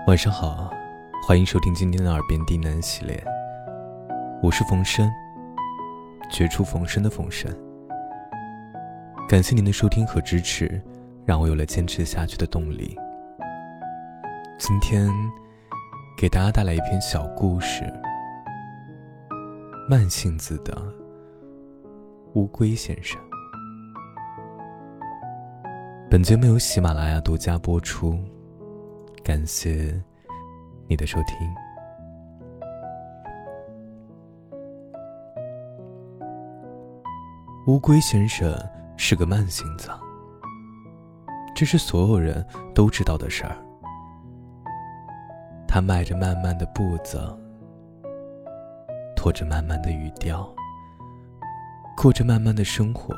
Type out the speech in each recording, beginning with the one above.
晚上好，欢迎收听今天的耳边低喃系列，我是冯生，绝处逢生的冯生。感谢您的收听和支持，让我有了坚持下去的动力。今天给大家带来一篇小故事，慢性子的乌龟先生。本节目由喜马拉雅独家播出，感谢你的收听。乌龟先生是个慢性子，这是所有人都知道的事儿。他迈着慢慢的步子，拖着慢慢的语调，过着慢慢的生活，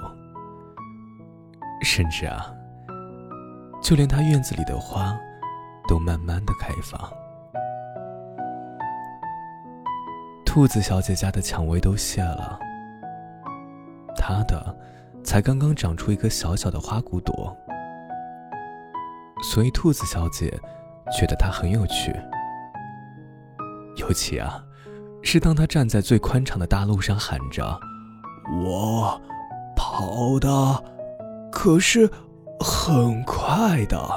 甚至就连他院子里的花都慢慢的开放。兔子小姐家的蔷薇都谢了，她的才刚刚长出一个小小的花骨朵，所以兔子小姐觉得她很有趣。尤其是当她站在最宽敞的大路上喊着我跑的可是很快的。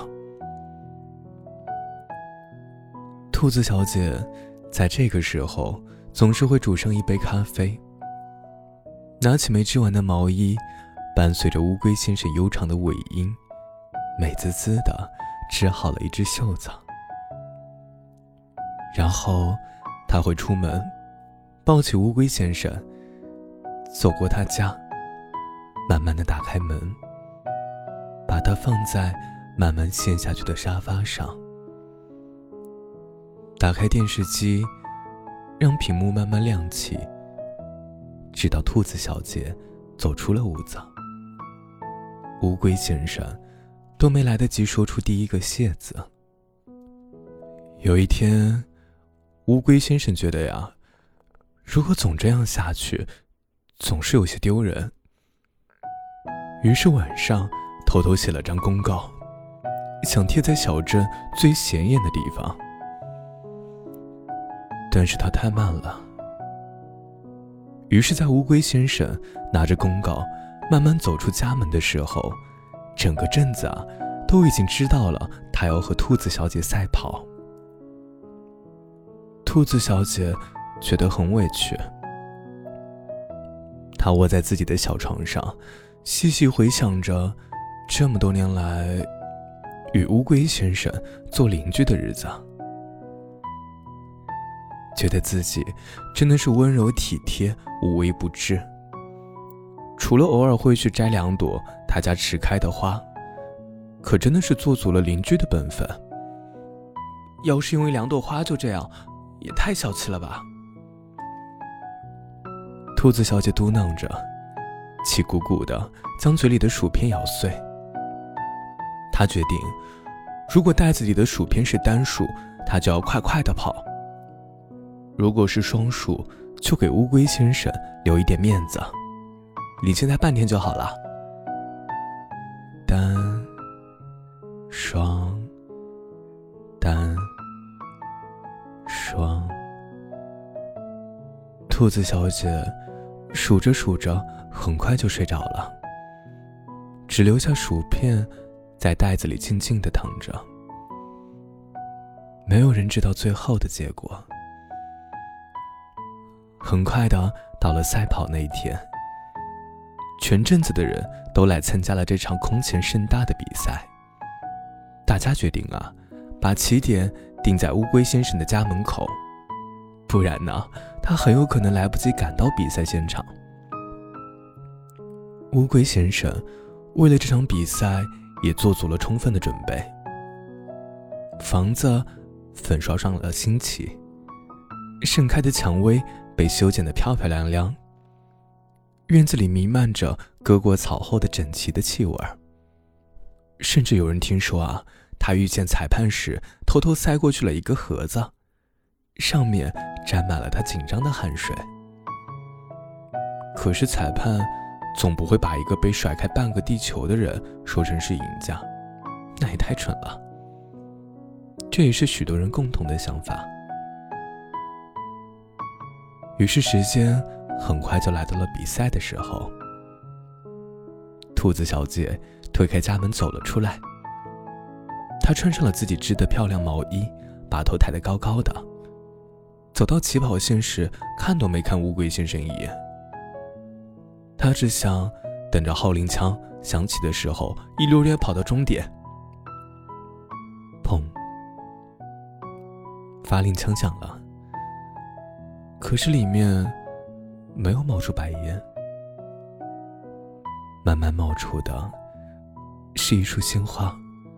兔子小姐在这个时候总是会煮上一杯咖啡，拿起没织完的毛衣，伴随着乌龟先生悠长的尾音，美滋滋地织好了一只袖子。然后她会出门，抱起乌龟先生，走过他家，慢慢地打开门，把它放在慢慢陷下去的沙发上，打开电视机，让屏幕慢慢亮起，直到兔子小姐走出了屋子，乌龟先生都没来得及说出第一个谢字。有一天，乌龟先生觉得如果总这样下去，总是有些丢人。于是晚上偷偷写了张公告，想贴在小镇最显眼的地方。但是他太慢了，于是在乌龟先生拿着公告慢慢走出家门的时候，整个镇子都已经知道了他要和兔子小姐赛跑。兔子小姐觉得很委屈，她窝在自己的小床上，细细回想着这么多年来与乌龟先生做邻居的日子，觉得自己真的是温柔体贴，无微不至。除了偶尔会去摘2朵他家迟开的花，可真的是做足了邻居的本分。要是因为2朵花就这样，也太小气了吧。兔子小姐嘟囔着，气鼓鼓地将嘴里的薯片咬碎。她决定，如果袋子里的薯片是单数，她就要快快地跑；如果是双数，就给乌龟先生留一点面子，离现在半天就好了。单双单双，兔子小姐数着数着，很快就睡着了，只留下薯片在袋子里静静地躺着。没有人知道最后的结果。很快的到了赛跑那一天，全镇子的人都来参加了这场空前盛大的比赛。大家决定把起点定在乌龟先生的家门口，不然他很有可能来不及赶到比赛现场。乌龟先生为了这场比赛也做足了充分的准备，房子粉刷上了新漆，盛开的蔷薇被修剪得漂漂亮亮，院子里弥漫着割过草后的整齐的气味，甚至有人听说他遇见裁判时偷偷塞过去了一个盒子，上面沾满了他紧张的汗水。可是裁判总不会把一个被甩开半个地球的人说成是赢家，那也太蠢了。 这也是许多人共同的想法。于是时间很快就来到了比赛的时候。兔子小姐推开家门走了出来，她穿上了自己织的漂亮毛衣，把头抬得高高的，走到起跑线时看都没看乌龟先生一眼。她只想等着号铃枪响起的时候一溜烟跑到终点。砰！发令枪响了，可是里面没有冒出白烟，慢慢冒出的是一束鲜花。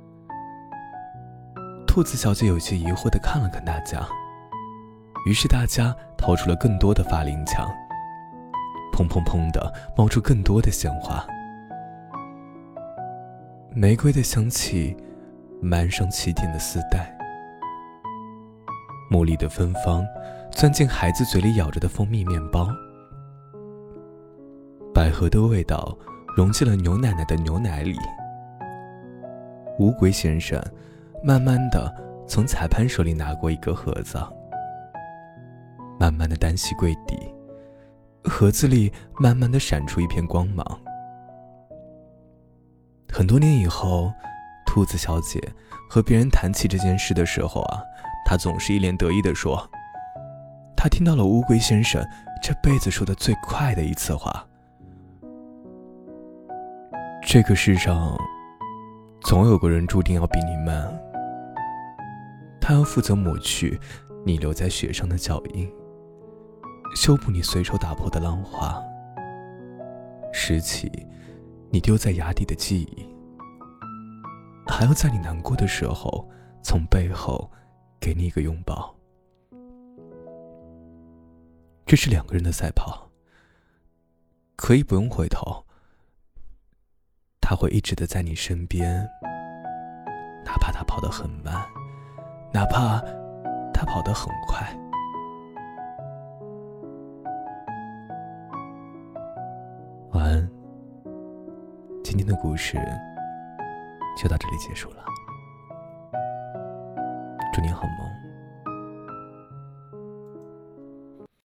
兔子小姐有些疑惑地看了看大家，于是大家掏出了更多的发令枪，砰砰砰地冒出更多的鲜花。玫瑰的香气漫上起点的丝带，茉莉的芬芳钻进孩子嘴里咬着的蜂蜜面包，百合的味道融进了牛奶奶的牛奶里。乌龟先生慢慢地从裁判手里拿过一个盒子，慢慢地单膝跪地，盒子里慢慢地闪出一片光芒。很多年以后，兔子小姐和别人谈起这件事的时候她总是一脸得意地说，她听到了乌龟先生这辈子说的最快的一次话。这个世上总有个人注定要比你慢，他要负责抹去你留在雪上的脚印，修补你随手打破的浪花，拾起你丢在崖底的记忆，还要在你难过的时候从背后给你一个拥抱。这是两个人的赛跑，可以不用回头，他会一直的在你身边，哪怕他跑得很慢，哪怕他跑得很快。晚安，今天的故事就到这里结束了，祝你好梦。